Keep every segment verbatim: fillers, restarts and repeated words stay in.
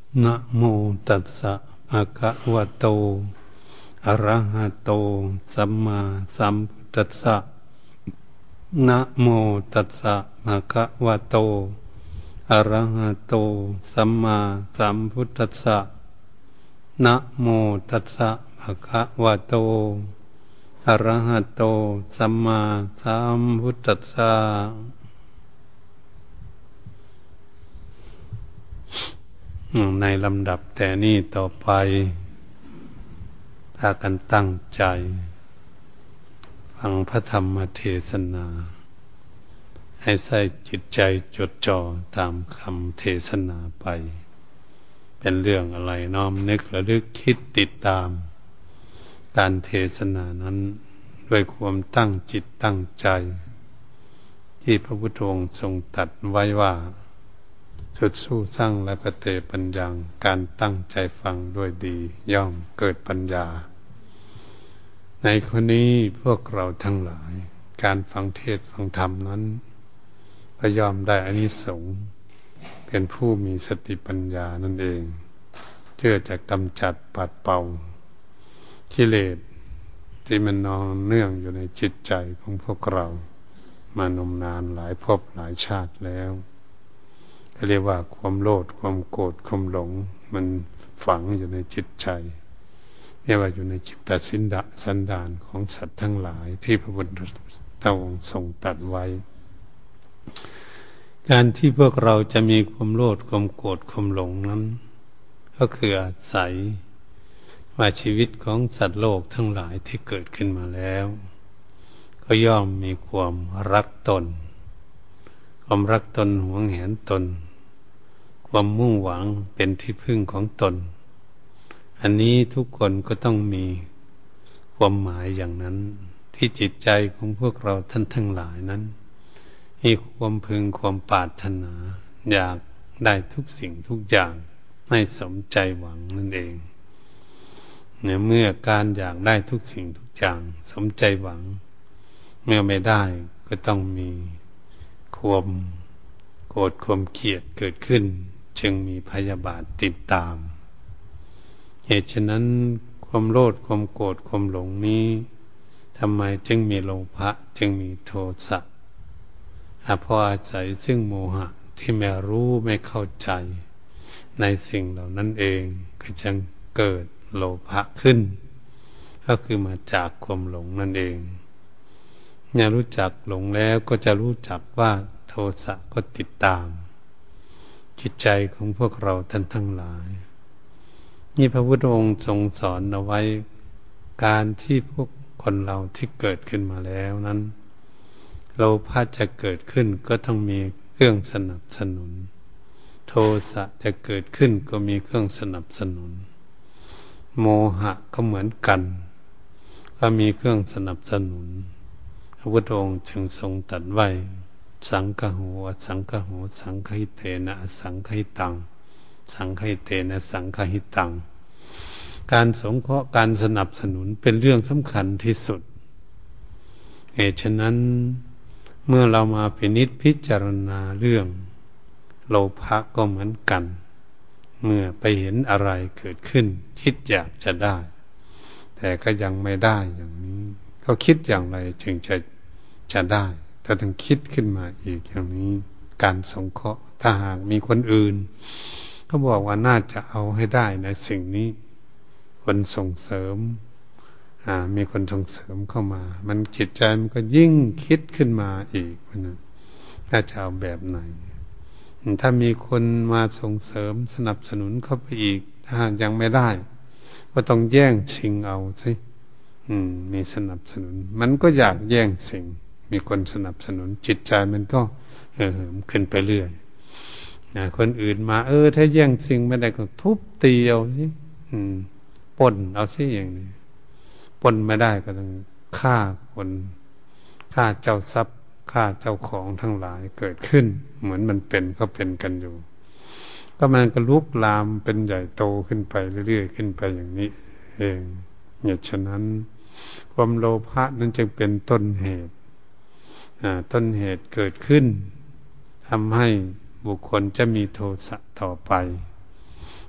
นะโมตัสสะภะคะวะโตอะระหะโตสัมมาสัมพุทธัสสะนะโมตัสสะภะคะวะโตอะระหะโตสัมมาสัมพุทธัสสะนะโมตัสสะภะคะวะโตอะระหะโตสัมมาสัมพุทธัสสะในลำดับแต่นี้ต่อไปพากันตั้งใจฟังพระธรรมเทศนาให้ใส่จิตใจจดจ่อตามคำเทศนาไปเป็นเรื่องอะไรน้อมนึกระลึกคิดติดตามการเทศนานั้นด้วยความตั้งจิตตั้งใจที่พระพุทธองค์ทรงตรัสไว้ว่าสุดสู้สร้างและปเตปัญญาการตั้งใจฟังด้วยดีย่อมเกิดปัญญาในคนนี้พวกเราทั้งหลายการฟังเทศฟังธรรมนั้นก็ย่อมได้อานิสงส์เป็นผู้มีสติปัญญานั่นเองเพื่อจะกำจัดปัดเป่ากิเลสที่มันนอนเนื่องอยู่ในจิตใจของพวกเรามานมนานหลายภพหลายชาติแล้วเรียกว่าความโลภความโกรธความหลงมันฝังอยู่ในจิตใจเรียกว่าอยู่ในจิตตสินดาสันดานของสัตว์ทั้งหลายที่พระพุทธเจ้าทรงตรัสไว้การที่พวกเราจะมีความโลภความโกรธความหลงนั้นก็คืออาศัยว่าชีวิตของสัตว์โลกทั้งหลายที่เกิดขึ้นมาแล้วก็ย่อมมีความรักตนความรักตนหวงแหนตนความมุ่งหวังเป็นที่พึ่งของตนอันนี้ทุกคนก็ต้องมีความหมายอย่างนั้นที่จิตใจของพวกเราท่านทั้งหลายนั้นมีความพึงความปรารถนาอยากได้ทุกสิ่งทุกอย่างให้สมใจหวังนั่นเองเนี่ยเมื่อการอยากได้ทุกสิ่งทุกอย่างสมใจหวังเมื่อไม่ได้ก็ต้องมีความโกรธความเกลียดเกิดขึ้นจึงมีพยาบาทติดตามเหตุฉะนั้นความโลภความโกรธความหลงนี้ทำไมจึงมีโลภะจึงมีโทสะเพราะอาศัยซึ่งโมหะที่ไม่รู้ไม่เข้าใจในสิ่งเหล่านั้นเองก็จึงเกิดโลภะขึ้นก็คือมาจากความหลงนั่นเองเนี่ยรู้จักหลงแล้วก็จะรู้จักว่าโทสะก็ติดตามจิตใจของพวกเราท่านทั้งหลายนี่พระพุทธองค์ทรงสอนเอาไว้การที่พวกคนเราที่เกิดขึ้นมาแล้วนั้นโลภะจะเกิดขึ้นก็ต้องมีเครื่องสนับสนุนโทสะจะเกิดขึ้นก็มีเครื่องสนับสนุนโมหะก็เหมือนกันก็มีเครื่องสนับสนุนพระพุทธองค์จึงทรงตรัสไว้สังฆโหอสังฆโหสังฆหิเตนะอสังฆหิตังสังฆหิเตนะสังฆหิตังการสงเคราะห์การสนับสนุนเป็นเรื่องสำคัญที่สุดเหตุฉะนั้นเมื่อเรามาพินิจพิจารณาเรื่องโลภะก็เหมือนกันเมื่อไปเห็นอะไรเกิดขึ้นคิดอยากจะได้แต่ก็ยังไม่ได้อย่างนี้เขาคิดอย่างไรจึงจะจะได้ถ้าต้องคิดขึ้นมาอีกอย่างนี้การสงเคราะห์ถ้าหากมีคนอื่นเขาบอกว่าน่าจะเอาให้ได้ในสิ่งนี้คนส่งเสริมอ่ามีคนส่งเสริมเข้ามามันจิตใจมันก็ยิ่งคิดขึ้นมาอีกนะน่าจะเอาแบบไหนถ้ามีคนมาส่งเสริมสนับสนุนเข้าไปอีกถ้ายังไม่ได้ก็ต้องแย่งชิงเอาสิอืมมีสนับสนุนมันก็อยากแย่งสิ่งมีคนสนับสนุนจิตใจมันก็เหิมขึ้นไปเรื่อยนะคนอื่นมาเออถ้าแย่งสิ่งไม่ได้ก็ทุบตีเอาสิอืมปล้นเอาสิอย่างนี้ปล้นไม่ได้ก็ต้องฆ่าคนฆ่าเจ้าทรัพย์ฆ่าเจ้าของทั้งหลายเกิดขึ้นเหมือนมันเป็นเขาเป็นกันอยู่ก็มันก็ลุกลามเป็นใหญ่โตขึ้นไปเรื่อยๆขึ้นไปอย่างนี้เองเหตุฉะนั้นความโลภะนั้นจึงเป็นต้นเหตุต้นเหตุเกิดขึ้นทำให้บุคคลจะมีโทสะต่อไป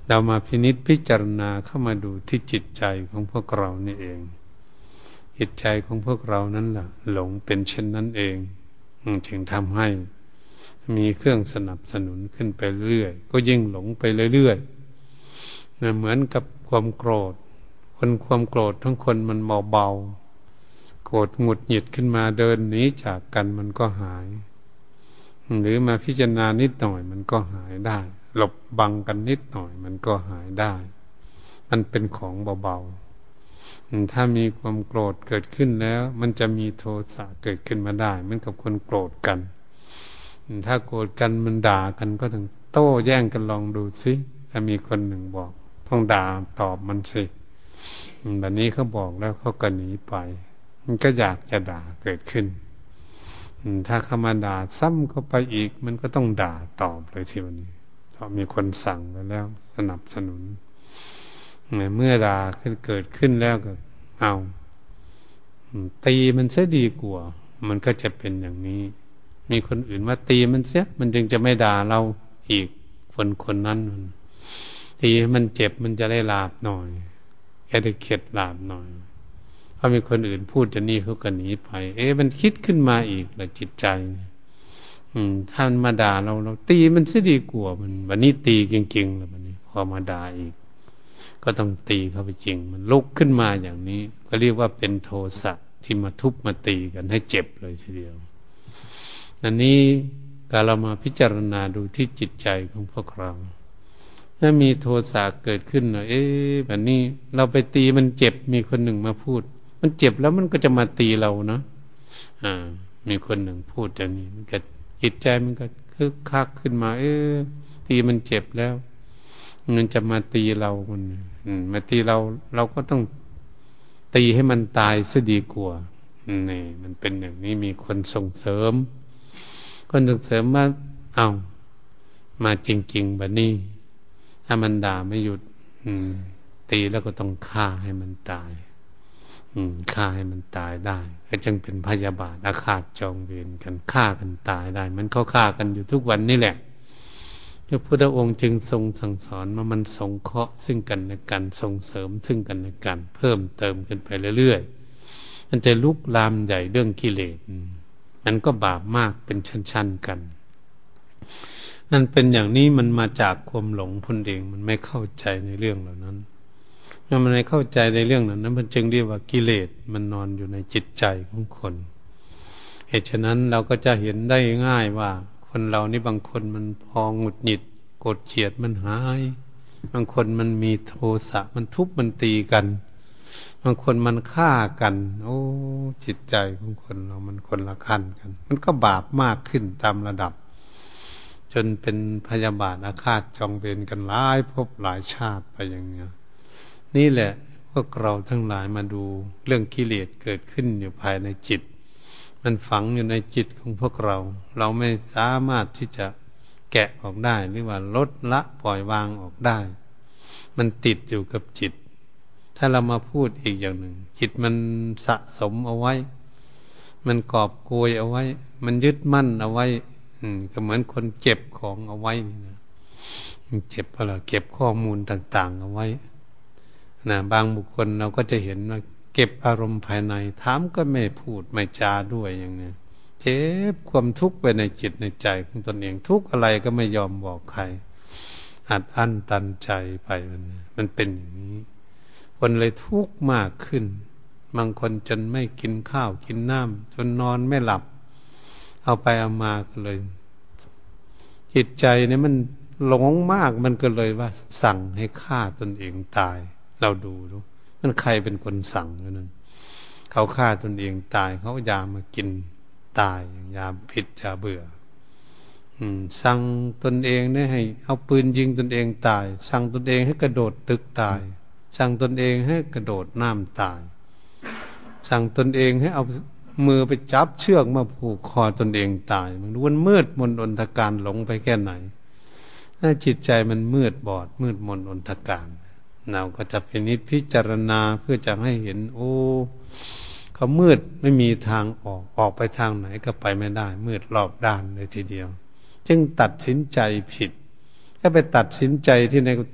เรามาพินิจพิจารณาเข้ามาดูที่จิตใจของพวกเรานี่เองจิตใจของพวกเรานั้นล่ะหลงเป็นเช่นนั้นเองจึงทำให้มีเครื่องสนับสนุนขึ้นไปเรื่อยก็ยิ่งหลงไปเรื่อยๆเหมือนกับความโกรธคนความโกรธทั้งคนมันเบาๆโกรธหงุดหงิดขึ้นมาเดินหนีจากกันมันก็หายหรือมาพิจารณานิดหน่อยมันก็หายได้หลบบังกันนิดหน่อยมันก็หายได้มันเป็นของเบาๆถ้ามีความโกรธเกิดขึ้นแล้วมันจะมีโทสะเกิดขึ้นมาได้เหมือนกับคนโกรธกันถ้าโกรธกันมันด่ากันก็ต้องโต้แย่งกันลองดูสิถ้ามีคนหนึ่งบอกต้องด่าตอบมันสิแบบนี้เขาบอกแล้วเขาก็หนีไปมันก็อยากจะด่าเกิดขึ้นถ้าเขามาด่าซ้ำเข้าไปอีกมันก็ต้องด่าตอบเลยทีวันนี้เพราะมีคนสั่งไปแล้วสนับสนุนเมื่อด่าขึ้นเกิดขึ้นแล้วก็เอาตีมันเสียดีกว่ามันก็จะเป็นอย่างนี้มีคนอื่นมาตีมันเสียมันจึงจะไม่ด่าเราอีกคนคนนั้นตีให้มันเจ็บมันจะได้ลาบหน่อยแค่ได้เข็ดลาบหน่อยเพราะมีคนอื่นพูดจะนี่เขาก็หนีไปเอ๊ะมันคิดขึ้นมาอีกแล้วจิตใจอืมท่านมาด่าเราเราตีมันเสียดีกว่ามันวันนี้ตีจริงๆแล้ววันนี้พอมาด่าอีกก็ต้องตีเข้าไปจริงมันลุกขึ้นมาอย่างนี้ก็เรียกว่าเป็นโทสะที่มาทุบมาตีกันให้เจ็บเลยทีเดียวอันนี้การเรามาพิจารณาดูที่จิตใจของพวกเราถ้ามีโทสะเกิดขึ้นเอ๊ะแบบนี้เราไปตีมันเจ็บมีคนหนึ่งมาพูดมันเจ็บแล้วมันก็จะมาตีเรานะอ่ามีคนหนึ่งพูดอย่างนี้มันก็จิตใจมันก็คึกคักขึ้นมาเอ๊ะตีมันเจ็บแล้วมันจะมาตีเราคนมาตีเราเราก็ต้องตีให้มันตายซะดีกว่านี่มันเป็นอย่างนี้มีคนส่งเสริมคนส่งเสริมว่าเอามาจริงๆแบบนี้ถ้ามันด่าไม่หยุดตีแล้วก็ต้องฆ่าให้มันตายฆ่าให้มันตายได้ก็จึงเป็นพยาบาทอาฆาตจองเวรกันฆ่ากันตายได้มันเขาฆ่ากันอยู่ทุกวันนี่แหละพระพุทธองค์จึงทรงสั่งสอนว่ามันสงเคราะห์ซึ่งกันและกันส่งเสริมซึ่งกันและกันเพิ่มเติมขึ้นไปเรื่อยๆมันจะลุกลามใหญ่เรื่องกิเลสมันก็บาปมากเป็นชั้นๆกันนั่นเป็นอย่างนี้มันมาจากความหลงพ้นเองมันไม่เข้าใจในเรื่องเหล่านั้นเมื่อมันไม่เข้าใจในเรื่องนั้นนั้นมันจึงเรียกว่ากิเลสมันนอนอยู่ในจิตใจของคนเหตุฉะนั้นเราก็จะเห็นได้ง่ายว่าคนเรานี่บางคนมันพอหงุดหงิดโกรธเกลียดมันหายบางคนมันมีโทสะมันทุบมันตีกันบางคนมันฆ่ากันโอ้จิตใจของคนเรามันคนละขั้นกันมันก็บาปมากขึ้นตามระดับจนเป็นพยาบาทอาฆาตจองเวรกันหลายภพหลายชาติไปอย่างเงี้ยนี่แหละพวกเราทั้งหลายมาดูเรื่องกิเลสเกิดขึ้นอยู่ภายในจิตมันฝังอยู่ในจิตของพวกเราเราไม่สามารถที่จะแกะออกได้หรือว่าลดละปล่อยวางออกได้มันติดอยู่กับจิตถ้าเรามาพูดอีกอย่างหนึ่งจิตมันสะสมเอาไว้มันกอบโกยเอาไว้มันยึดมั่นเอาไว้อืมก็เหมือนคนเก็บของเอาไว้นี่นะเก็บอะไรเก็บข้อมูลต่างๆเอาไว้นะบางบุคคลเราก็จะเห็นว่าเก็บอารมณ์ภายในถามก็ไม่พูดไม่จาด้วยอย่างนี้เจ็บความทุกข์ไปในจิตในใจของตนเองทุกข์อะไรก็ไม่ยอมบอกใครอัดอั้นตันใจไปมันมันเป็นอย่างนี้คนเลยทุกข์มากขึ้นบางคนจนไม่กินข้าวกินน้ำจนนอนไม่หลับเอาไปเอามาก็เลยจิตใจเนี่ยมันหลงมากมันก็เลยว่าสั่งให้ฆ่าตนเองตายเราดูดูมันใครเป็นคนสั่งนั่นเขาฆ่าตนเองตายเขายามากินตายยาพิษยาเบื่อสั่งตนเองเนี่ยให้เอาปืนยิงตนเองตายสั่งตนเองให้กระโดดตึกตายสั่งตนเองให้กระโดดน้ำตายสั่งตนเองให้เอามือไปจับเชือกมาผูกคอตนเองตายมันวนมืดมนอนทการหลงไปแค่ไหนถ้าจิตใจมันมืดบอดมืดมนอนทการเราก็จะพินิจพิจารณาเพื่อจะให้เห็นโอ้เขามืดไม่มีทางออกออกไปทางไหนก็ไปไม่ได้มืดรอบด้านเลยทีเดียวจึงตัดสินใจผิดถ้าไปตัดสินใจที่ไหนก็ตัด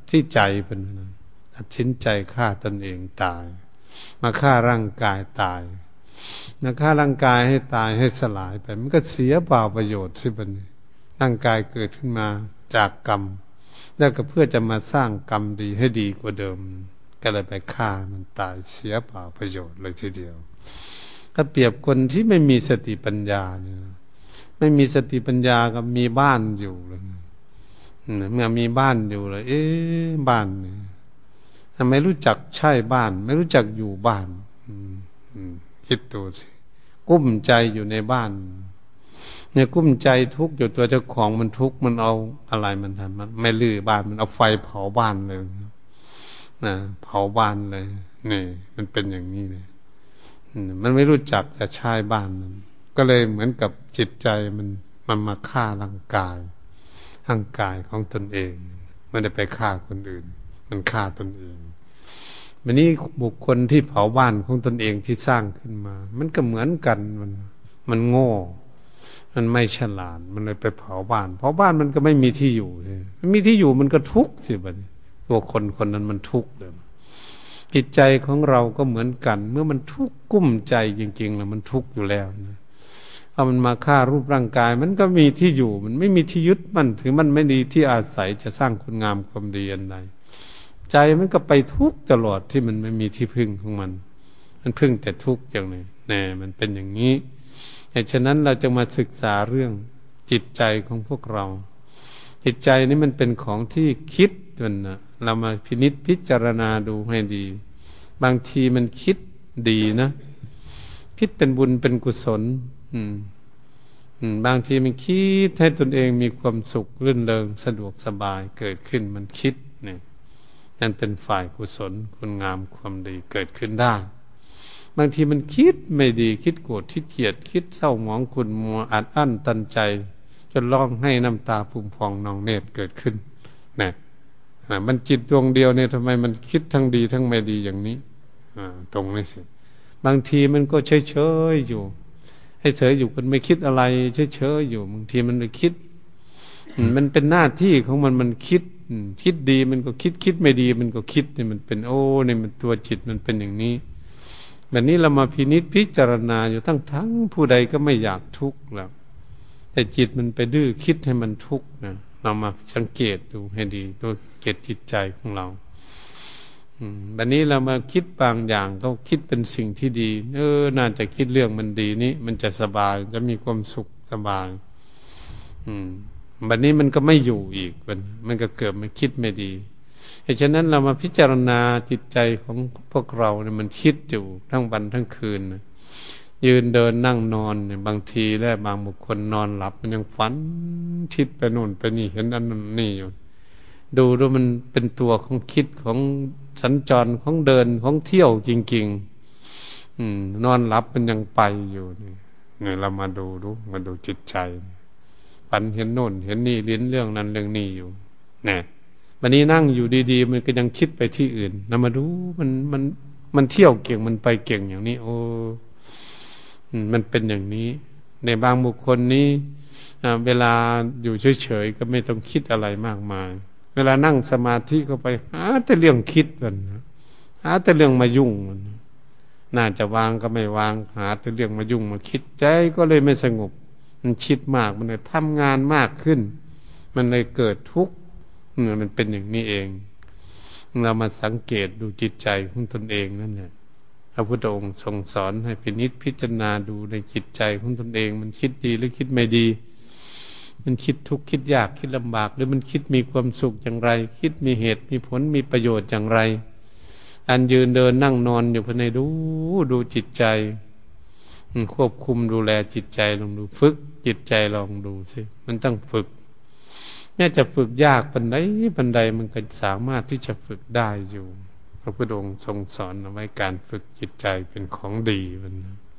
ที่ใจเป็นนะตัดสินใจฆ่าตนเองตายมาฆ่าร่างกายตายมาฆ่าร่างกายให้ตายให้สลายไปมันก็เสียเปล่าประโยชน์สิบัดนี้ร่างกายเกิดขึ้นมาจากกรรมแล้วก็เพื่อจะมาสร้างกรรมดีให้ดีกว่าเดิมก็เลยไปฆ่ามันตายเสียเปล่าประโยชน์เลยทีเดียวถ้าเปรียบคนที่ไม่มีสติปัญญาเนี่ยไม่มีสติปัญญากับมีบ้านอยู่เลยเมื่อมีบ้านอยู่เลยเอ๊ะบ้านเนี่ยทำไมรู้จักใช่บ้านไม่รู้จักอยู่บ้านคิดดูสิกุ้มใจอยู่ในบ้านเนี่ยกุ้มใจทุกข์อยู่ตัวเจ้าของมันทุกข์มันเอาอะไรมันทำมันไม่ลื้อบ้านมันเอาไฟเผาบ้านเลยนะเผาบ้านเลยนี่มันเป็นอย่างนี้เลยมันไม่รู้จักจะใช้บ้านมันก็เลยเหมือนกับจิตใจมันมันมาฆ่าร่างกายร่างกายของตนเองไม่ได้ไปฆ่าคนอื่นมันฆ่าตนเองวันนี้บุคคลที่เผาบ้านของตนเองที่สร้างขึ้นมามันก็เหมือนกันมันมันโง่มันไม่ฉลาดมันเลยไปเผาบ้านเผาบ้านมันก็ไม่มีที่อยู่เลยมันมีที่อยู่มันก็ทุกข์สิบัดนี้ตัวคนคนนั้นมันทุกข์เลยจิตใจของเราก็เหมือนกันเมื่อมันทุกข์กุ้มใจจริงๆแล้วมันทุกข์อยู่แล้วนะเอามันมาฆ่ารูปร่างกายมันก็มีที่อยู่มันไม่มีที่ยึดมันถึงมันไม่ดีที่อาศัยจะสร้างคุณงามความดีอันใดใจมันก็ไปทุกข์ตลอดที่มันไม่มีที่พึ่งของมันมันพึ่งแต่ทุกข์อย่างนี้แน่มันเป็นอย่างนี้ฉะนั้นเราจะมาศึกษาเรื่องจิตใจของพวกเราจิตใจนี้มันเป็นของที่คิดมันนะเรามาพินิจพิจารณาดูให้ดีบางทีมันคิดดีนะคิดเป็นบุญเป็นกุศลอืมอืมบางทีมันคิดให้ตนเองมีความสุขรื่นเริงสะดวกสบายเกิดขึ้นมันคิดเนี่ยนั่นเป็นฝ่ายกุศลคุณงามความดีเกิดขึ้นได้บางทีมันคิดไม่ดีคิดโกรธคิดเกลียดคิดเศร้าหมองขุ่นมัวอัดอั้นตันใจจนร้องให้น้ำตาพุ่งพองนองเนตรเกิดขึ้นนะมันจิตดวงเดียวเนี่ยทำไมมันคิดทั้งดีทั้งไม่ดีอย่างนี้ตรงนี้สิบางทีมันก็เฉยเฉยอยู่ให้เฉยอยู่มันไม่คิดอะไรเฉยเฉยอยู่บางทีมันไปคิดมันเป็นหน้าที่ของมันมันคิดคิดดีมันก็คิดคิดไม่ดีมันก็คิดเนี่ยมันเป็นโอ้เนี่ยมันตัวจิตมันเป็นอย่างนี้แบบนี้เรามาพินิจพิจารณาอยู่ทั้งทั้งผู้ใดก็ไม่อยากทุกข์แล้วแต่จิตมันไปดื้อคิดให้มันทุกข์นะเรามาสังเกตดูให้ดีดูเกตจิตใจของเราแบบนี้เรามาคิดบางอย่างก็คิดเป็นสิ่งที่ดีเออน่าจะคิดเรื่องมันดีนี้มันจะสบายจะมีความสุขสบายอืมแบบนี้มันก็ไม่อยู่อีกมันมันก็เกิดมันคิดไม่ดีเหตุฉะนั้นเรามาพิจารณาจิตใจของพวกเราเนี่ยมันคิดอยู่ทั้งวันทั้งคืนนะยืนเดินนั่งนอนเนี่ยบางทีและบางบุคคลนอนหลับมันยังฝันคิดไปโน่นไปนี่เห็นอันนั้นนี่อยู่ดูดูมันเป็นตัวของคิดของสัญจรของเดินของเที่ยวจริงๆอืมนอนหลับมันยังไปอยู่นี่เนี่ยเรามาดูดูมาดูจิตใจฝันเห็นโน่นเห็นนี่เรียนเรื่องนั้นเรื่องนี้อยู่เนี่ยวันนี้นั่งอยู่ดีๆมันก็ยังคิดไปที่อื่นนำมาดูมันมันมันเที่ยวเก่งมันไปเก่งอย่างนี้โอ้มันเป็นอย่างนี้ในบางบุคคลนี้เวลาอยู่เฉยๆก็ไม่ต้องคิดอะไรมากมายเวลานั่งสมาธิเข้าไปหาแต่เรื่องคิดมันหาแต่เรื่องมายุ่งมันน่าจะวางก็ไม่วางหาแต่เรื่องมายุ่งมาคิดใจก็เลยไม่สงบมันคิดมากมันเลยทำงานมากขึ้นมันเลยเกิดทุกข์มันเป็นอย่างนี้เองเรามาสังเกตดูจิตใจของตนเองนั่นแหละพระพุทธองค์ทรงสอนให้พินิจพิจารณาดูในจิตใจของตนเองมันคิดดีหรือคิดไม่ดีมันคิดทุกข์คิดยากคิดลำบากหรือมันคิดมีความสุขอย่างไรคิดมีเหตุมีผลมีประโยชน์อย่างไรอันยืนเดินนั่งนอนอยู่ภายในดูดูจิตใจควบคุมดูแลจิตใจลองดูฝึกจิตใจลองดูสิมันต้องฝึกแม้จะฝึกยากปันใดปันใดมันก็สามารถที่จะฝึกได้อยู่พระพุทธองค์ทรงสอนเอาไว้การฝึกจิตใจเป็นของดีมัน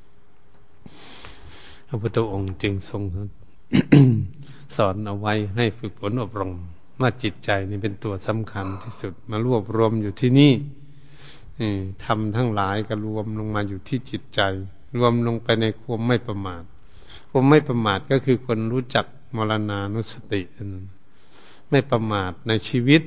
พระพุทธองค์จึงทรง สอนเอาไว้ให้ฝึกฝนอบรมว่าจิตใจนี่เป็นตัวสำคัญที่สุดมารวบรวมอยู่ที่นี่ทำทั้งหลายก็รวมลงมาอยู่ที่จิตใจรวมลงไปในความไม่ประมาทความไม่ประมาทก็คือคนรู้จักมรณานุสติไม่ประมาทในชีวิต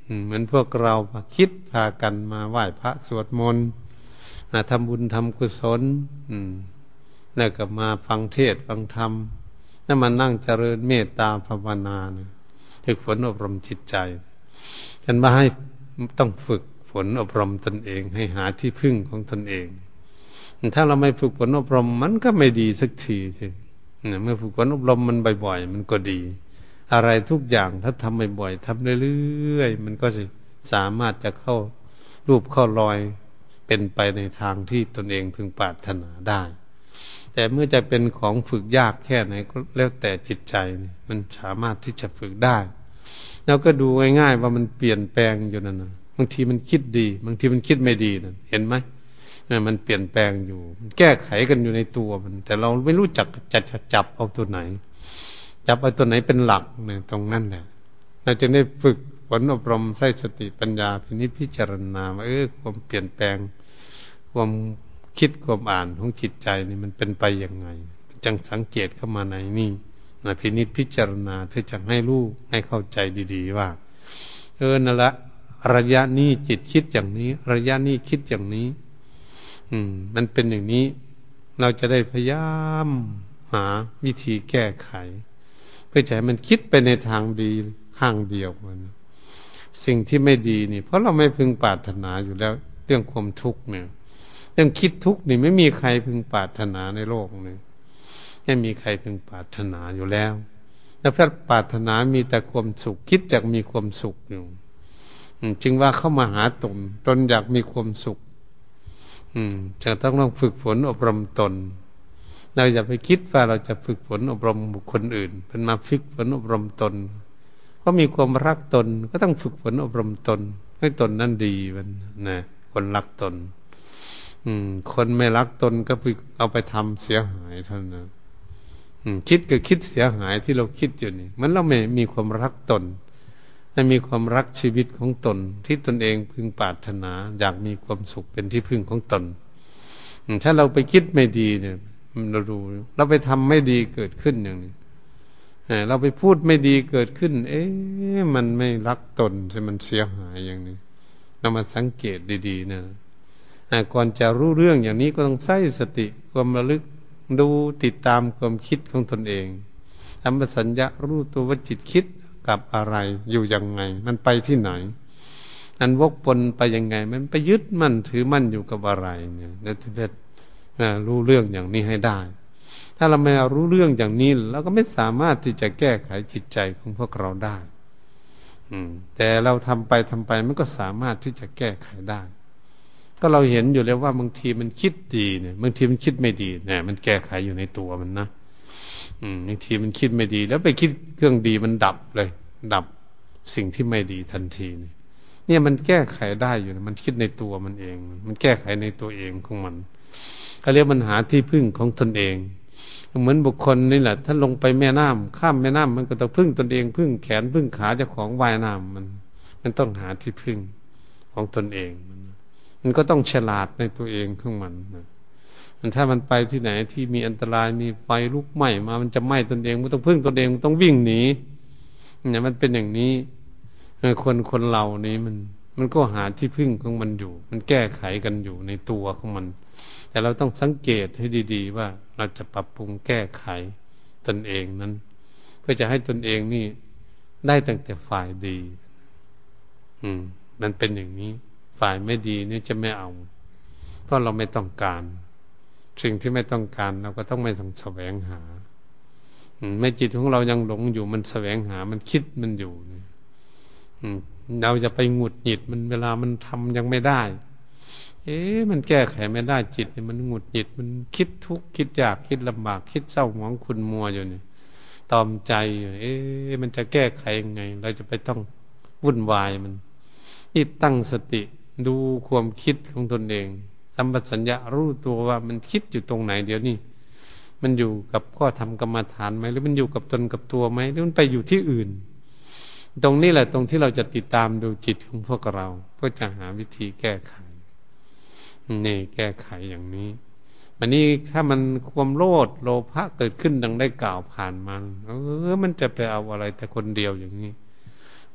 เหมือนพวกเราคิดพากันมาไหว้พระสวดมนต์ทำบุญทำกุศลแล้วก็มาฟังเทศน์ฟังธรรมแล้วมานั่งเจริญเมตตาภาวนาฝึกฝนอบรมจิตใจกันมาให้ต้องฝึกฝนอบรมตนเองให้หาที่พึ่งของตนเองถ้าเราไม่ฝึกฝนอบรมมันก็ไม่ดีสักทีใช่เมื่อฝึกฝนอบรมมันบ่อยๆมันก็ดีอะไรทุกอย่างถ้าทำบ่อยๆทำเรื่อยๆมันก็จะสามารถจะเข้ารูปเข้ารอยเป็นไปในทางที่ตนเองพึงปรารถนาได้แต่เมื่อจะเป็นของฝึกยากแค่ไหนก็แล้วแต่จิตใจมันสามารถที่จะฝึกได้แล้วก็ดูง่ายๆว่ามันเปลี่ยนแปลงอยู่นั่นนะบางทีมันคิดดีบางทีมันคิดไม่ดีนะเห็นไหมมันเปลี่ยนแปลงอยู่มันแก้ไขกันอยู่ในตัวมันแต่เราไม่รู้จักจะจับเอาตัวไหนจับเอาตัวไหนเป็นหลักเนี่ยตรงนั้นแหละเราจะได้ฝึกฝนอบรมใส่สติปัญญาพินิจพิจารณาว่าเออความเปลี่ยนแปลงความคิดความอ่านของจิตใจนี่มันเป็นไปยังไงจังสังเกตเข้ามาในนี่นะพินิจพิจารณาเพื่อจะให้รู้ให้เข้าใจดีๆว่าเออนั่นละระยะนี้จิตคิดอย่างนี้ระยะนี้คิดอย่างนี้อืมมันเป็นอย่างนี้เราจะได้พยายามหาวิธีแก้ไขเพื่อจะให้มันคิดไปในทางดีข้างเดียวมันสิ่งที่ไม่ดีนี่เพราะเราไม่พึงปรารถนาอยู่แล้วเรื่องความทุกข์เนี่ยเรื่องคิดทุกข์นี่ไม่มีใครพึงปรารถนาในโลกนี้ไม่มีใครพึงปรารถนาอยู่แล้วแล้วพระปรารถนามีแต่ความสุขคิดอยากมีความสุขอยู่จึงว่าเข้ามาหาตนตนอยากมีความสุขจะต้องต้องฝึกฝนอบรมตนเราอย่าไปคิดว่าเราจะฝึกฝนอบรมบุคคลอื่นเป็นมาฝึกฝนอบรมตนเพราะมีความรักตนก็ต้องฝึกฝนอบรมตนให้ตนนั้นดีมันนะคนรักตนอืมคนไม่รักตนก็ไปเอาไปทำเสียหายเท่านั้นอืมคิดก็คิดเสียหายที่เราคิดอยู่นี่มันเราไม่มีความรักตนไม่มีความรักชีวิตของตนที่ตนเองพึงปรารถนาอยากมีความสุขเป็นที่พึ่งของตนถ้าเราไปคิดไม่ดีเนี่ยเราดูเราไปทำไม่ดีเกิดขึ้นอย่างนี้เราไปพูดไม่ดีเกิดขึ้นเอ๊ะมันไม่รักตนใช่มันเสียหายอย่างนี้เรามาสังเกตดีๆนะก่อนจะรู้เรื่องอย่างนี้ก็ต้องใช้สติความระลึกดูติดตามความคิดของตนเองทำสัญญารู้ตัวว่าจิตคิดกับอะไรอยู่ยังไงมันไปที่ไหนอันวกปนไปยังไงมันไปยึดมั่นถือมั่นอยู่กับอะไรเนี่ยเราจะรู้เรื่องอย่างนี้ให้ได้ถ้าเราไม่รู้เรื่องอย่างนี้เราก็ไม่สามารถที่จะแก้ไขจิตใจของพวกเราได้อืมแต่เราทำไปทำไปมันก็สามารถที่จะแก้ไขได้ก็เราเห็นอยู่แล้วว่าบางทีมันคิดดีเนี่ยบางทีมันคิดไม่ดีเนี่ยมันแก้ไขอยู่ในตัวมันนะอืมบางทีมันคิดไม่ดีแล้วไปคิดเครื่องดีมันดับเลยดับสิ่งที่ไม่ดีทันทีเนี่ยเนี่ยมันแก้ไขได้อยู่นะมันคิดในตัวมันเองมันแก้ไขในตัวเองของมันเขาเรียกมันหาที่พึ่งของตนเองเหมือนบุคคลนี่แหละถ้าลงไปแม่น้ำข้ามแม่น้ำมันก็ต้องพึ่งตนเองพึ่งแขนพึ่งขาเจ้าของว่ายน้ำมันมันต้องหาที่พึ่งของตนเองมันมันก็ต้องฉลาดในตัวเองของมันนะมันถ้ามันไปที่ไหนที่มีอันตรายมีไฟลุกไหม้มามันจะไหม้ตนเองมันต้องพึ่งตนเองมันต้องวิ่งหนีเนี่ยมันเป็นอย่างนี้คนคนเรานี้มันมันก็หาที่พึ่งของมันอยู่มันแก้ไขกันอยู่ในตัวของมันแต่เราต้องสังเกตให้ดีๆว่าเราจะปรับปรุงแก้ไขตนเองนั้นเพื่อจะให้ตนเองนี่ได้ตั้งแต่ฝ่ายดีอืมมันเป็นอย่างนี้ฝ่ายไม่ดีนี่จะไม่เอาเพราะเราไม่ต้องการสิ่งที่ไม่ต้องการเราก็ต้องไม่ต้องแสวงหาไม่จิตของเรายังหลงอยู่มันแสวงหามันคิดมันอยู่เราจะไปหงุดหงิดมันเวลามันทำยังไม่ได้เอ๊ะมันแก้ไขไม่ได้จิตมันหงุดหงิดมันคิดทุกข์คิดยากคิดลำบากคิดเศร้าหมองขุ่นมัวอยู่นี่ตอมใจอยู่เอ๊ะมันจะแก้ไขยังไงเราจะไปต้องวุ่นวายมันนี่ตั้งสติดูความคิดของตนเองสัมปชัญญะรู้ตัวว่ามันคิดอยู่ตรงไหนเดี๋ยวนี้มันอยู่กับข้อธรรมกรรมฐานไหมหรือมันอยู่กับตนกับตัวไหมหรือมันไปอยู่ที่อื่นตรงนี้แหละตรงที่เราจะติดตามดูจิตของพวกเราเพื่อจะหาวิธีแก้ไขนี่แก้ไขอย่างนี้วันนี้ถ้ามันความโลภโลภะเกิดขึ้นดังได้กล่าวผ่านมาเออมันจะไปเอาอะไรแต่คนเดียวอย่างนี้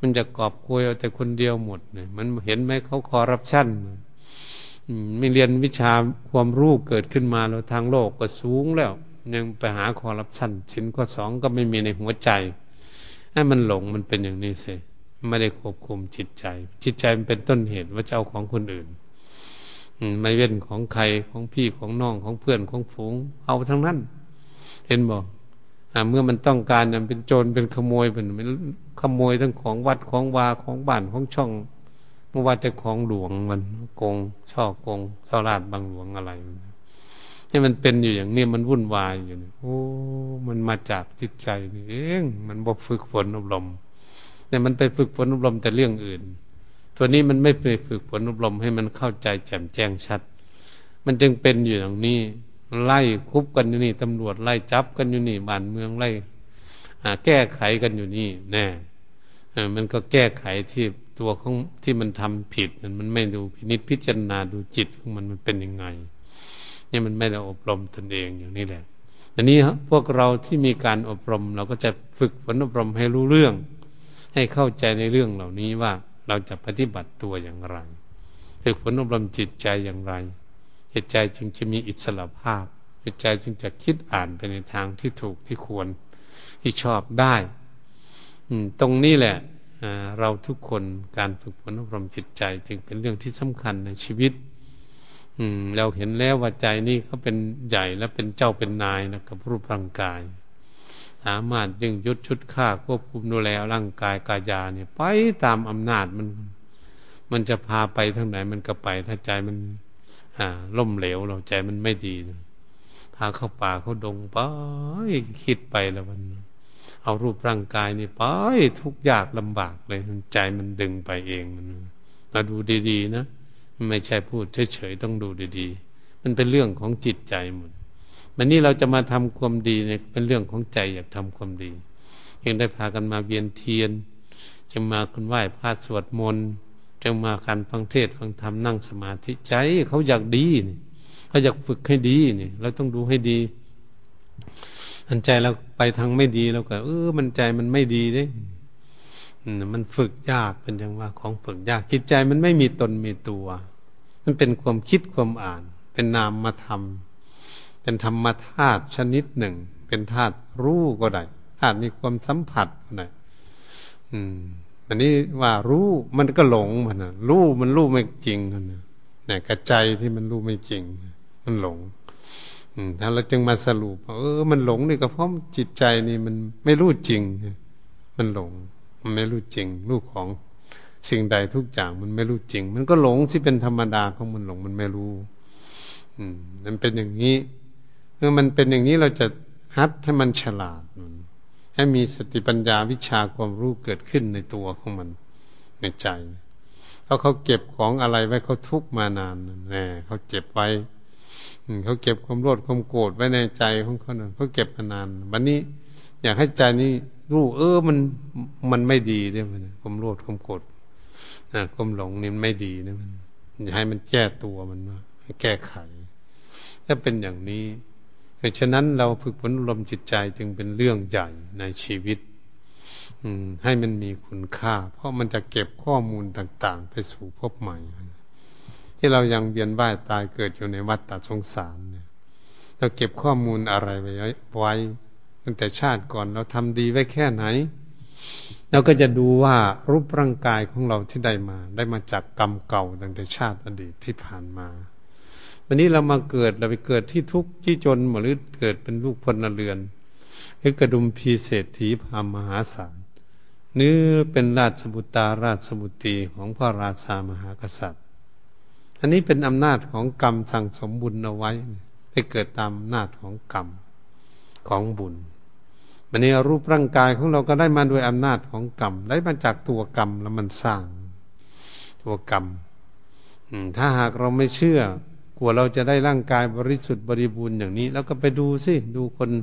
มันจะกอบโกยเอาแต่คนเดียวหมดเนี่ยมันเห็นไหมเขาคอร์รัปชันไม่เรียนวิชาความรู้เกิดขึ้นมาแล้วทางโลกก็สูงแล้วยังไปหาคอร์รัปชันชิ้นข้อสองก็ไม่มีในหัวใจให้มันหลงมันเป็นอย่างนี้สิไม่ได้ควบคุมจิตใจจิตใจมันเป็นต้นเหตุว่าเจ้าของคนอื่นไม่เว้นของใครของพี่ของน้องของเพื่อนของฝูงเอาทั้งนั้นเห็นบอกเมื่อมันต้องการมันเป็นโจรเป็นขโมยเป็นมันขโมยทั้งของวัดของวาของบ้านของช่องเมื่อว่าแต่ของหลวงมันโกงช่อโกงช่อราชบังหลวงอะไรนี่มันเป็นอยู่อย่างนี้มันวุ่นวายอยู่นี่โอ้มันมาจากจิตใจนี่เองมันบ่ฝึกฝนอบรมแต่มันไปฝึกฝนอบรมแต่เรื่องอื่นตัวนี้มันไม่ไปฝึกฝนอบรมให้มันเข้าใจแจ่มแจ้งชัดมันจึงเป็นอยู่อย่างนี้ไล่คุบกันอยู่นี่ตำรวจไล่จับกันอยู่นี่บ้านเมืองไล่แก้ไขกันอยู่นี่แน่มันก็แก้ไขที่ตัวของที่มันทำผิดมันไม่ดูพินิจพิจารณาดูจิตของมันมันเป็นยังไงเนี่ยมันไม่ได้อบรมตนเองอย่างนี้แหละอันนี้ครับพวกเราที่มีการอบรมเราก็จะฝึกฝนอบรมให้รู้เรื่องให้เข้าใจในเรื่องเหล่านี้ว่าเราจะปฏิบัติตัวอย่างไรฝึกฝนอบรมจิตใจอย่างไรจิตใจจึงจะมีอิสระภาพจิตใจจึงจะคิดอ่านไปในทางที่ถูกที่ควรที่ชอบได้ตรงนี้แหละเราทุกคนการฝึกฝนอบรมจิตใจจึงเป็นเรื่องที่สำคัญในชีวิตเราเห็นแล้วว่าใจนี่เขาเป็นใหญ่และเป็นเจ้าเป็นนายนะกับรูปร่างกายสามารถยึงยุดชุดฆ่าควบคุมดูแลร่างกายกายาเนี่ยไปตามอำนาจมันมันจะพาไปทางไหนมันก็ไปถ้าใจมันล่มเหลวเราใจมันไม่ดีพาเข้าป่าเข้าดงไปคิดไปแล้วมันเอารูปร่างกายนี่ไปทุกข์ยากลำบากเลยใจมันดึงไปเองมันมาดูดีๆนะไม่ใช่พูดเฉยๆต้องดูดีๆมันเป็นเรื่องของจิตใจหมดวันนี้เราจะมาทำความดีเนี่ยเป็นเรื่องของใจอยากทำความดียังได้พากันมาเวียนเทียนจะมาคุณไหว้พระสวดมนต์จะมาการฟังเทศน์ฟังธรรมนั่งสมาธิใจเขาอยากดีนี่เขาอยากฝึกให้ดีนี่เราต้องดูให้ดีอันใจเราไปทางไม่ดีเราก็เออมันใจมันไม่ดีเด้มันฝึกยากเป็นอย่างว่าของฝึกยากจิตใจมันไม่มีตนมีตัวมันเป็นความคิดความอ่านเป็นนามธรรมเป็นธรรมธาตุชนิดหนึ่งเป็นธาตุรู้ก็ได้ธาตุมีความสัมผัสก็ได้อืมอันนี้ว่ารู้มันก็หลงมันนะรู้มันรู้ไม่จริงนะเนี่ยกระใจที่มันรู้ไม่จริงมันหลงอืมถ้าเราจึงมาสรุปเออมันหลงนี่ก็เพราะจิตใจนี่มันไม่รู้จริงมันหลงมันไม่รู้จริงรู้ของสิ่งใดทุกอย่างมันไม่รู้จริงมันก็หลงที่เป็นธรรมดาของมันหลงมันไม่รู้อืมมันเป็นอย่างนี้เมื่อมันเป็นอย่างนี้เราจะฮัดให้มันฉลาดให้มีสติปัญญาวิชาความรู้เกิดขึ้นในตัวของมันในใจเพราะเขาเก็บของอะไรไว้เขาทุกข์มานานแน่เขาเก็บไว้เขาเก็บความโลภความโกรธไว้ในใจของเขาเขาเก็บมานานวันนี้อยากให้ใจนี้รู้เออมันมันไม่ดีด้วยมันความโลภความโกรธความหลงนี่มันไม่ดีนะมันอยากให้มันแก้ตัวมันมาแก้ไขถ้าเป็นอย่างนี้เพราะฉะนั้นเราฝึกฝนอบรมจิตใจจึงเป็นเรื่องใหญ่ในชีวิตให้มันมีคุณค่าเพราะมันจะเก็บข้อมูลต่างๆไปสู่ภพใหม่ที่เรายังเวียนว่ายตายเกิดอยู่ในวัฏฏะสงสารเนี่ยเราเก็บข้อมูลอะไรไว้ไว้ตั้งแต่ชาติก่อนเราทำดีไว้แค่ไหนเราก็จะดูว่ารูปร่างกายของเราที่ได้มาได้มาจากกรรมเก่าตั้งแต่ชาติอดีตที่ผ่านมาวันนี้เรามาเกิดเราไปเกิดที่ทุกข์ที่จนหรือเกิดเป็นลูกพลเรือนหรือกระดุมพีเศรษฐีพามมหาศาลหรือเป็นราชบุตรราชบุตรีของพระราชามหากษัตริย์อันนี้เป็นอำนาจของกรรมสั่งสมบุญเอาไว้ให้เกิดตามอำนาจของกรรมของบุญวันนี้รูปร่างกายของเราก็ได้มาโดยอำนาจของกรรมได้มาจากตัวกรรมแล้วมันสร้างตัวกรรมถ้าหากเราไม่เชื่อกลัวเราจะได้ร่างกายบริสุทธิ์บริบูรณ์อย่างนี้แล้วก็ไปดูสิดูคน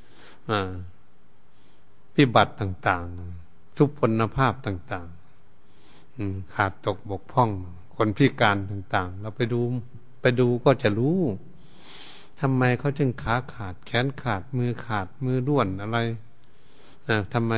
พิบัติต่างๆทุพพลภาพต่างๆขาดตกบกพร่องคนพิการต่างๆเราไปดูไปดูก็จะรู้ทำไมเขาจึงขาขาดแขนขาดมือขาดมือด้วนอะไรทำไมถึง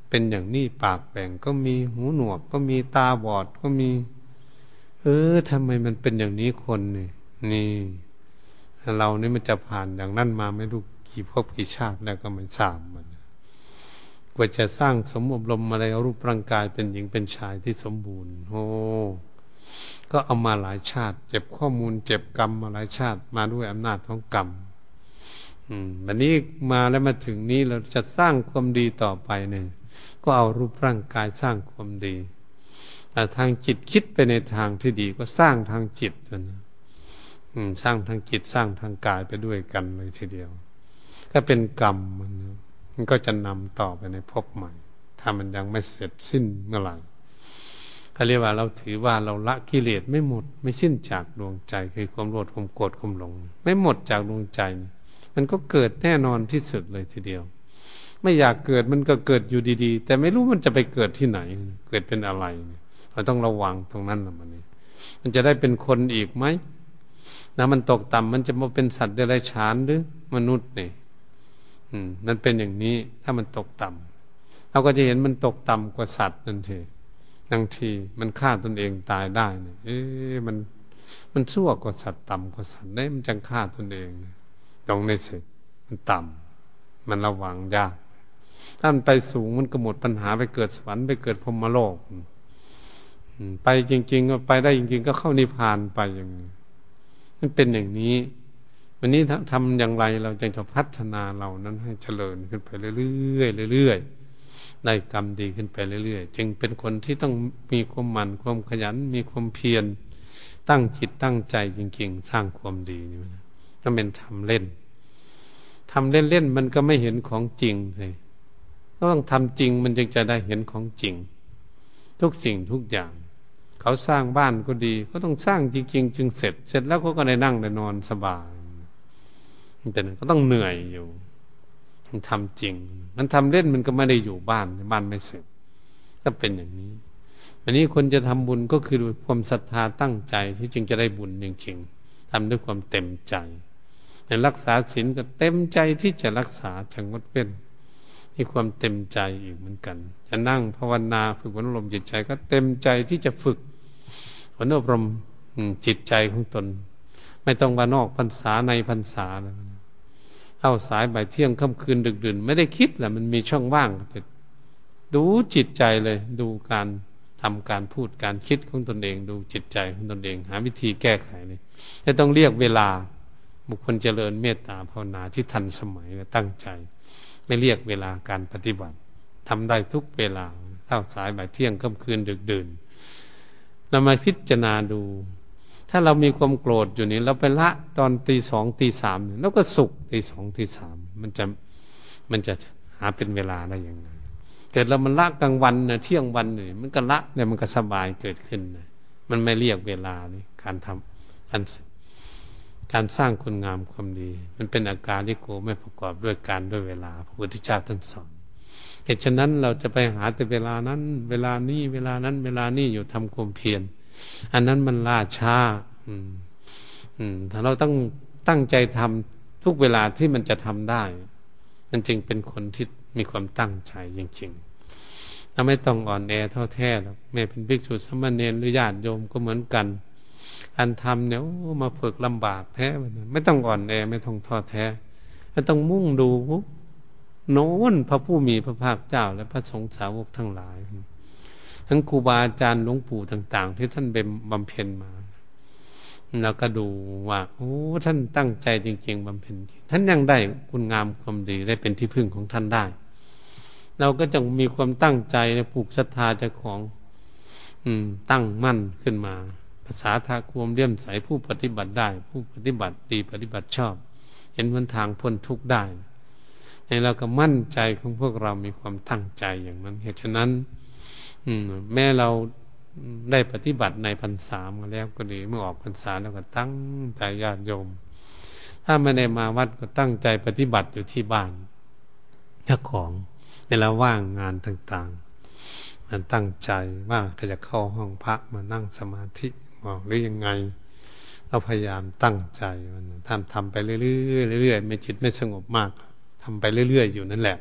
เป็นอย่างนี้ปากแบ่งก็มีหูหนวกก็มีตาบอดก็มีเออทำไมมันเป็นอย่างนี้คนนี่นี่เรานี่มันจะผ่านอย่างนั้นมาไม่รู้กี่ภพกี่ชาติแล้วก็ไม่ทราบมันกว่าจะสร้างสมอบรมอะไรรูปร่างกายเป็นหญิงเป็นชายที่สมบูรณ์โอ้ก็เอามาหลายชาติเจ็บข้อมูลเจ็บกรรมมาหลายชาติมาด้วยอำนาจของกรรมอืมวันนี้มาแล้วมาถึงนี้เราจะสร้างความดีต่อไปเนี่ยก็เอารูปร่างกายสร้างความดีแต่ทางจิตคิดไปในทางที่ดีก็สร้างทางจิตนะอืมสร้างทางจิตสร้างทางกายไปด้วยกันเลยทีเดียวก็เป็นกรรมมันนะมันก็จะนำต่อไปในภพใหม่ถ้ามันยังไม่เสร็จสิ้นเมื่อไหร่เขาเรียกว่าเราถือว่าเราละกิเลสไม่หมดไม่สิ้นจากดวงใจคือความโลภความโกรธความหลงไม่หมดจากดวงใจมันก็เกิดแน่นอนที่สุดเลยทีเดียวไม่อยากเกิดมันก็เกิดอยู่ดีๆแต่ไม่รู้มันจะไปเกิดที่ไหนเกิดเป็นอะไรเราต้องระวังตรงนั้นนะมันนี่มันจะได้เป็นคนอีกไหมนะมันตกต่ำมันจะมาเป็นสัตว์เดรัจฉานหรือมนุษย์นี่อืมมันเป็นอย่างนี้ถ้ามันตกต่ำเราก็จะเห็นมันตกต่ำกว่าสัตว์นั่นเองบางทีมันฆ่าตนเองตายได้เนี่ยเอ๊ะมันมันชั่วกว่าสัตว์ต่ำกว่าสัตว์ได้มันจังฆ่าตนเองตรงนี้สิมันต่ำมันระวังยากถ้ามันไปสูงมันก็หมดปัญหาไปเกิดสวรรค์ไปเกิดพรหมโลกไปจริงๆก็ไปได้จริงๆก็เข้านิพพานไปอย่างนี้มันเป็นอย่างนี้วันนี้ทำอย่างไรเราจึงจะพัฒนาเรานั้นให้เจริญขึ้นไปเรื่อยๆเรื่อยๆได้กรรมดีขึ้นไปเรื่อยๆจึงเป็นคนที่ต้องมีความหมั่นความขยันมีความเพียรตั้งจิตตั้งใจจริงๆสร้างความดีนี่นะถ้าเป็นทำเล่นทำเล่นๆมันก็ไม่เห็นของจริงเลยต้องทำจริงมันจึงจะได้เห็นของจริงทุกสิ่งทุกอย่างเขาสร้างบ้านก็ดีก็ต้องสร้างจริงๆจึงเสร็จเสร็จแล้วเขาก็ได้นั่งได้นอนสบายมันเป็นก็ต้องเหนื่อยอยู่มันทำจริงมันทำเล่นมันก็ไม่ได้อยู่บ้านบ้านไม่เสร็จก็เป็นอย่างนี้อันนี้คนจะทำบุญก็คือด้วยความศรัทธาตั้งใจที่จึงจะได้บุญจริงๆทำด้วยความเต็มใจในรักษาศีลก็เต็มใจที่จะรักษาจะงดเว้นมีความเต็มใจอีกเหมือนกันจะนั่งภาวนาฝึกฝนอบรมจิตใจก็เต็มใจที่จะฝึกฝนอบรมจิตใจของตนไม่ต้องว่านอกพรรษาในพรรษาแล้วเข้าสายบ่ายเที่ยงค่ำคืนดึกดื่นไม่ได้คิดแหละมันมีช่องว่างจะดูจิตใจเลยดูการทำการพูดการคิดของตนเองดูจิตใจของตนเองหาวิธีแก้ไขเลยไม่ต้องเรียกเวลาบุคคลเจริญเมตตาภาวนาที่ทันสมัยและตั้งใจไม่เรียกเวลาการปฏิบัติทำได้ทุกเวลาเท่าสายบ่ายเที่ยงค่ำคืนดึกดื่นเรามาพิจารณาดูถ้าเรามีความโกรธอยู่นี่เราไปละตอนตีสองตีสามแล้วก็สุขตีสองตีสามมันจะมันจะหาเป็นเวลาได้ยังไงเกิดเรามันละกลางวันนะเที่ยงวันนี่มันก็ละเนี่ยมันก็สบายเกิดขึ้นนะมันไม่เรียกเวลานี่การทำการการสร้างคุณงามความดีมันเป็นอาการที่โกไม่ประกอบด้วยการด้วยเวลาพระพุทธเจ้าท่านสอนเหตุฉะนั้นเราจะไปหาแต่เวลานั้นเวลานี้เวลานั้นเวลานี้อยู่ทำความเพียรอันนั้นมันล่าช้าอืมอืมถ้าเราต้องตั้งใจทำทุกเวลาที่มันจะทำได้มันจึงเป็นคนที่มีความตั้งใจจริงๆเราไม่ต้องอ่อนแอท้อแท้หรอกแม้เป็นภิกษุสามเณรหรือญาติโยมก็เหมือนกันการทำเนี่ยมาฝึกลำบากแท้ไม่ต้องอ่อนแอไม่ต้องท้อแท้ไม่ต้องมุ่งดูโน้นพระผู้มีพระภาคเจ้าและพระสงฆ์สาวกทั้งหลายทั้งครูบาอาจารย์หลวงปู่ต่างๆที่ท่านเป็นบำเพ็ญมาแล้วก็ดูว่าโอ้ท่านตั้งใจจริงๆบำเพ็ญท่านยังได้คุณงามความดีได้เป็นที่พึ่งของท่านได้เราก็จะมีความตั้งใจในผูกศรัทธาเจ้าของอืมตั้งมั่นขึ้นมาภาษาทาความเลี่ยมใสผู้ปฏิบัติได้ผู้ปฏิบัติดีปฏิบัติชอบเห็นหนทางพ้นทุกข์ได้ในเราก็มั่นใจของพวกเรามีความตั้งใจอย่างนั้นเหตุฉะนั้นแม้เราได้ปฏิบัติในพรรษามาแล้วก็ดีเมื่อออกพรรษาแล้วก็ตั้งใจญาติโยมถ้าไม่ได้มาวัดก็ตั้งใจปฏิบัติอยู่ที่บ้านเจ้าของเวลาว่างงานต่างๆมันตั้งใจว่าก็จะเข้าห้องพระมานั่งสมาธิบอกหรือยังไงเราพยายามตั้งใจมันทำทำไปเรื่อยๆเรื่อยๆไม่จิตไม่สงบมากทำไปเรื่อยๆอยู่นั่นแหละ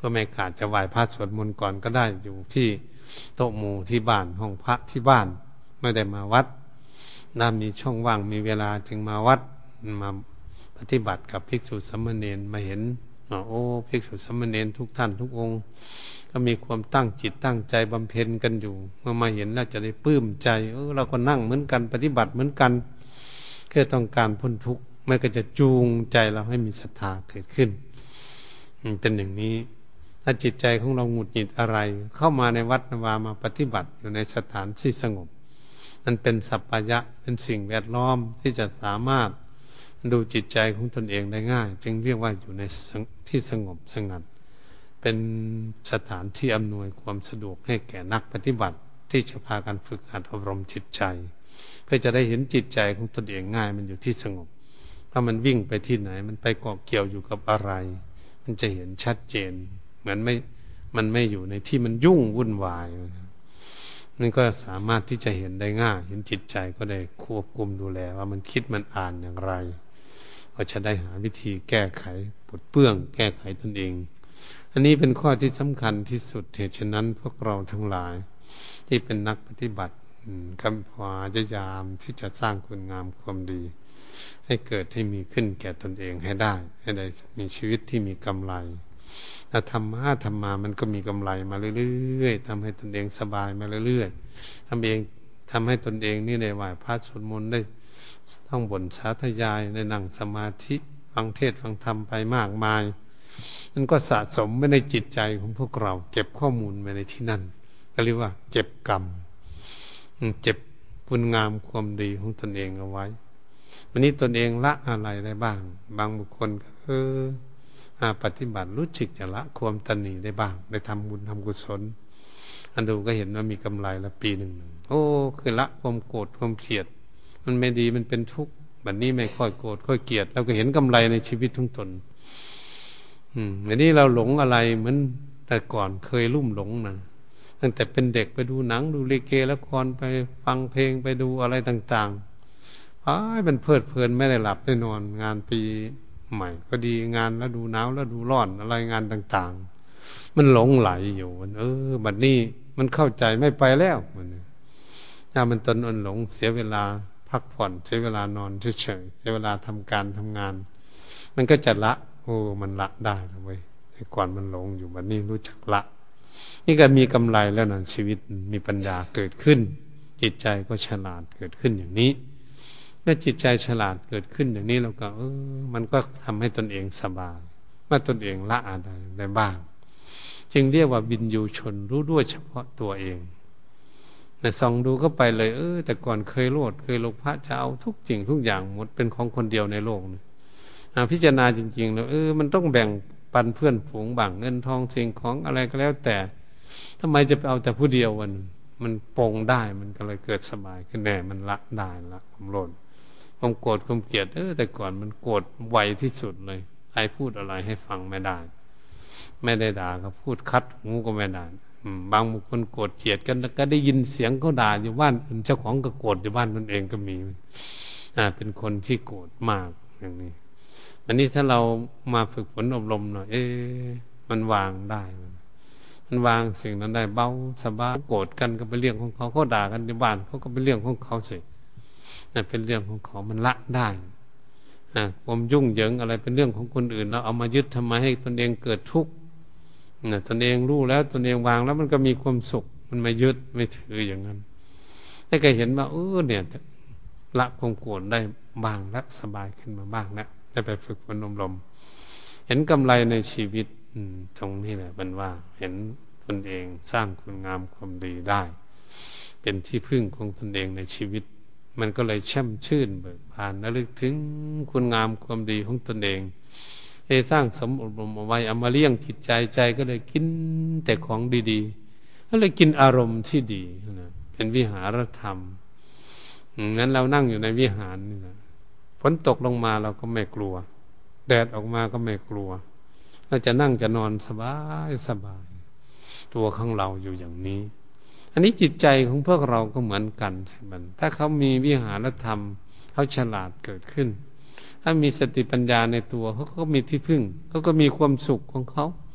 ก็ไม่ขาดจะไหว้พระสวดมนต์ก่อนก็ได้อยู่ที่โต๊ะหมู่ที่บ้านห้องพระที่บ้านไม่ได้มาวัดถ้ามีช่องว่างมีเวลาจึงมาวัดมาปฏิบัติกับภิกษุสามเณรมาเห็นโอ้ภิกษุสามเณรทุกท่านทุกองค์ก็มีความตั้งจิตตั้งใจบำเพ็ญกันอยู่เมื่อมาเห็นแล้วจะได้ปลื้มใจเออเราก็นั่งเหมือนกันปฏิบัติเหมือนกันแค่ต้องการพ้นทุกข์มันก็จะจูงใจเราให้มีศรัทธาเกิดขึ้นเป็นอย่างนี้ถ้าจิตใจของเราหงุดหงิดอะไรเข้ามาในวัดนวามาปฏิบัติอยู่ในสถานที่สงบมันเป็นสัพพยะเป็นสิ่งแวดล้อมที่จะสามารถดูจิตใจของตนเองได้ง่ายจึงเรียกว่าอยู่ในที่สงบสงัดเป็นสถานที่อำนวยความสะดวกให้แก่นักปฏิบัติที่จะพากันฝึกหัดอบรมจิตใจเพื่อจะได้เห็นจิตใจของตนเองง่ายมันอยู่ที่สงบถ้ามันวิ่งไปที่ไหนมันไปเกาะเกี่ยวอยู่กับอะไรมันจะเห็นชัดเจนเหมือนไม่มันไม่อยู่ในที่มันยุ่งวุ่นวายนั่นก็สามารถที่จะเห็นได้ง่ายเห็นจิตใจก็ได้ควบคุมดูแลว่ามันคิดมันอ่านอย่างไรก็จะได้หาวิธีแก้ไขปลดเปลื้องแก้ไขตนเองอันนี้เป็นข้อที่สำคัญที่สุดเหตุฉะนั้นพวกเราทั้งหลายที่เป็นนักปฏิบัติกำพยายามที่จะสร้างคุณงามความดีให้เกิดให้มีขึ้นแก่ตนเองให้ได้ให้ได้มีชีวิตที่มีกำไรถ้าทำมาทำมามันก็มีกำไรมาเรื่อยๆทำให้ตนเองสบายมาเรื่อยๆทำเองทำให้ตนเองนี่ได้ไหว้พระสวดมนต์ได้ท่องบนสาธยายได้นั่งสมาธิฟังเทศน์ฟังธรรมไปมากมายมันก็สะสมไว้ในจิตใจของพวกเราเก็บข้อมูลไว้ในที่นั่นก็เรียกว่าเก็บกรรมเก็บคุณงามความดีของตนเองเอาไว้วันนี้ตนเองละอะไรได้บ้างบางบุคคลก็เออปฏิบัติรู้สึกจะละความตนีได้บ้างได้ทำบุญทำกุศลอันดูก็เห็นว่ามีกำไรละปีหนึ่งโอ้คือละความโกรธความเกลียดมันไม่ดีมันเป็นทุกข์แบบนี้ไม่ค่อยโกรธค่อยเกลียดเราก็เห็นกำไรในชีวิตทั้งตนอืมอันนี้เราหลงอะไรเหมือนแต่ก่อนเคยลุ่มหลงนะตั้งแต่เป็นเด็กไปดูหนังดูลิเกละครไปฟังเพลงไปดูอะไรต่างๆอ้ายมันเพลิดเพลินไม่ได้หลับได้นอนงานปีใหม่ก็ดีงานแล้วดูหนาวแล้วดูร้อนอะไรงานต่างๆมันหลงไหลอยู่มันเออบัดนี้มันเข้าใจไม่ไปแล้วมันถ้ามันตนอนหลงเสียเวลาพักผ่อนเสียเวลานอนเฉยๆเสียเวลาทำการทำงานมันก็จะละโอ้มันละได้แล้วเว้ยแต่ก่อนมันหลงอยู่บัดนี้รู้จักละนี่ก็มีกำไรแล้วนะชีวิตมีปัญญาเกิดขึ้นจิตใจก็ฉลาดเกิดขึ้นอย่างนี้เมื่อจิตใจฉลาดเกิดขึ้นอย่างนี้เราก็เออมันก็ทำให้ตนเองสบายเมื่อตนเองละอะไรได้บ้างจึงเรียกว่าบินยูชนรู้ด้วยเฉพาะตัวเองแต่ส่องดูก็ไปเลยเออแต่ก่อนเคยโลภเคยโลภะจะเอาทุกสิ่งทุกอย่างหมดเป็นของคนเดียวในโลกนะพิจารณาจริงๆแล้วเออมันต้องแบ่งปันเพื่อนฝูงบังเงินทองสิ่งของอะไรก็แล้วแต่ทำไมจะไปเอาแต่ผู้เดียววันมันปรงได้มันก็เลยเกิดสบายขึ้นแน่มันละได้ละความโลภความโกรธความเกลียดเออแต่ก่อนมันโกรธไวที่สุดเลยใครพูดอะไรให้ฟังไม่ได้ไม่ได้ด่าก็พูดคัดหูก็ไม่ได้บางบุคคลโกรธเกลียดกันก็ได้ยินเสียงเขาด่าอยู่บ้านอื่นเจ้าของก็โกรธอยู่บ้านนั่นเองก็มีอ่าเป็นคนที่โกรธมากอย่างนี้อันนี้ถ้าเรามาฝึกฝนอบรมหน่อยเอ๊ะมันวางได้มันวางสิ่งนั้นได้เบาสบายโกรธกันก็เป็นเรื่องของเขาเขาด่ากันในบ้านเขาก็เป็นเรื่องของเขาสินั่นเป็นเรื่องของเขามันละได้อ่าความยุ่งเหยิงอะไรเป็นเรื่องของคนอื่นเราเอามายึดทำไมให้ตนเองเกิดทุกข์น่ะตนเองรู้แล้วตนเองวางแล้วมันก็มีความสุขมันไม่ยึดไม่ถืออย่างนั้นให้ใครเห็นว่าเออเนี่ยละความโกรธได้บ้างและสบายขึ้นมาบ้างแล้วได้ไปฝึกฝนอบรมเห็นกำไรในชีวิตตรงนี้แหละเป็นว่าเห็นตนเองสร้างคุณงามความดีได้เป็นที่พึ่งของตนเองในชีวิตมันก็เลยแช่มชื่นเบิกบานระลึกถึงคุณงามความดีของตนเองให้สร้างสมอบรมเอาไว้เอามาเลี้ยงจิตใจใจก็เลยกินแต่ของดีๆก็เลยกินอารมณ์ที่ดีนะเป็นวิหารธรรมงั้นเรานั่งอยู่ในวิหารนี่นะฝนตกลงมาเราก็ไม่กลัวแดดออกมาก็ไม่กลัวเราจะนั่งจะนอนสบายสบายตัวของเราอยู่อย่างนี้อันนี้จิตใจของพวกเราก็เหมือนกันใช่ไหมถ้าเขามีวิหารธรรมเขาฉลาดเกิดขึ้นถ้ามีสติปัญญาในตัวเขาก็มีที่พึ่งเขาก็มีความสุขของเขา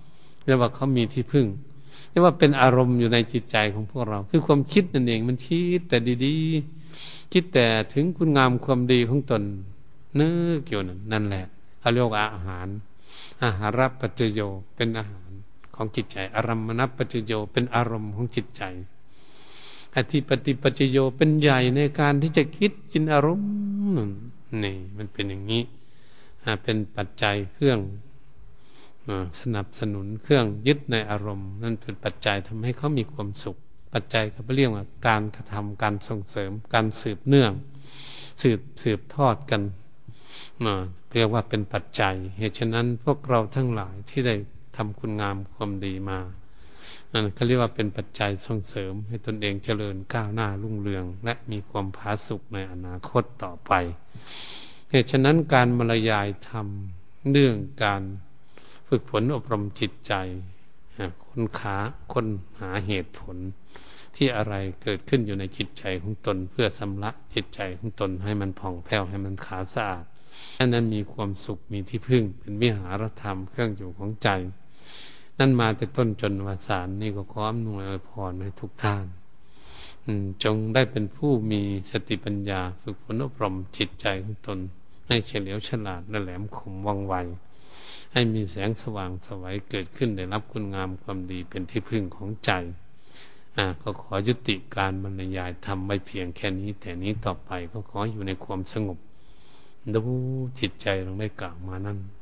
เรียกว่าเขามีที่พึ่งเรียกว่าเป็นอารมณ์อยู่ในจิตใจของพวกเรา คือความคิดนั่นเองมันคิดแต่ดีๆคิดแต่ถึงคุณงามความดีของตนนึกอยู่นั่นนั่นแหละเขาเรียกว่าอาหารอาหารปัจจโยเป็นอาหารของจิตใจอารัมมณปัจจโยเป็นอารมณ์ของจิตใจอธิปติปัจจโยเป็นใหญ่ในการที่จะคิดกินอารมณ์นี่มันเป็นอย่างนี้เป็นปัจจัยเครื่องสนับสนุนเครื่องยึดในอารมณ์นั่นเป็นปัจจัยทำให้เขามีความสุขปัจจัยเขาเรียกว่าการกระทำการส่งเสริมการสืบเนื่องสืบสืบทอดกันเรียกว่าเป็นปัจจัยเหตุฉะนั้นพวกเราทั้งหลายที่ได้ทำคุณงามความดีมานั่นเขาเรียกว่าเป็นปัจจัยส่งเสริมให้ตนเองเจริญก้าวหน้ารุ่งเรืองและมีความผาสุกในอนาคตต่อไปเหตุฉะนั้นการบรรยายธรรมเรื่องการฝึกฝนอบรมจิตใจค้นขาค้นหาเหตุผลที่อะไรเกิดขึ้นอยู่ในจิตใจของตนเพื่อชำระจิตใจของตนให้มันผ่องแผ้วให้มันขาวสะอาดให้นั้นมีความสุขมีที่พึ่งเป็นวิหารธรรมเครื่องอยู่ของใจนั่นมาแต่ต้นจนวสานนี่ก็ขออำนวยอวยพรให้ทุกท่านจงได้เป็นผู้มีสติปัญญาฝึกฝนอบรมจิตใจของตนให้เฉลียวฉลาดและแหลมคมว่องไวให้มีแสงสว่างสวัยเกิดขึ้นได้รับคุณงามความดีเป็นที่พึ่งของใจอ่าก็ขอยุติการบรรยายทำไว้เพียงแค่นี้แต่นี้ต่อไปก็ขออยู่ในความสงบดูจิตใจลงได้กล่าวมานั้น